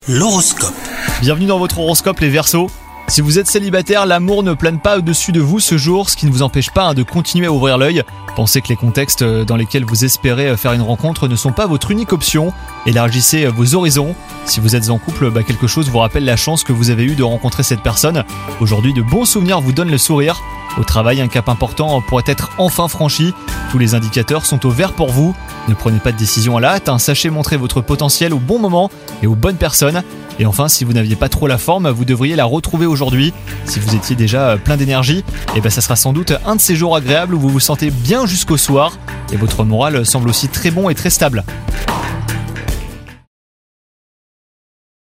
L'horoscope. Bienvenue dans votre horoscope les Verseaux. Si vous êtes célibataire, l'amour ne plane pas au-dessus de vous ce jour, ce qui ne vous empêche pas de continuer à ouvrir l'œil. Pensez que les contextes dans lesquels vous espérez faire une rencontre ne sont pas votre unique option. Élargissez vos horizons. Si vous êtes en couple, quelque chose vous rappelle la chance que vous avez eue de rencontrer cette personne. Aujourd'hui, de bons souvenirs vous donnent le sourire. Au travail, un cap important pourrait être enfin franchi. Tous les indicateurs sont au vert pour vous. Ne prenez pas de décision à la hâte, sachez montrer votre potentiel au bon moment et aux bonnes personnes. Et enfin, si vous n'aviez pas trop la forme, vous devriez la retrouver aujourd'hui. Si vous étiez déjà plein d'énergie, ça sera sans doute un de ces jours agréables où vous vous sentez bien jusqu'au soir. Et votre moral semble aussi très bon et très stable.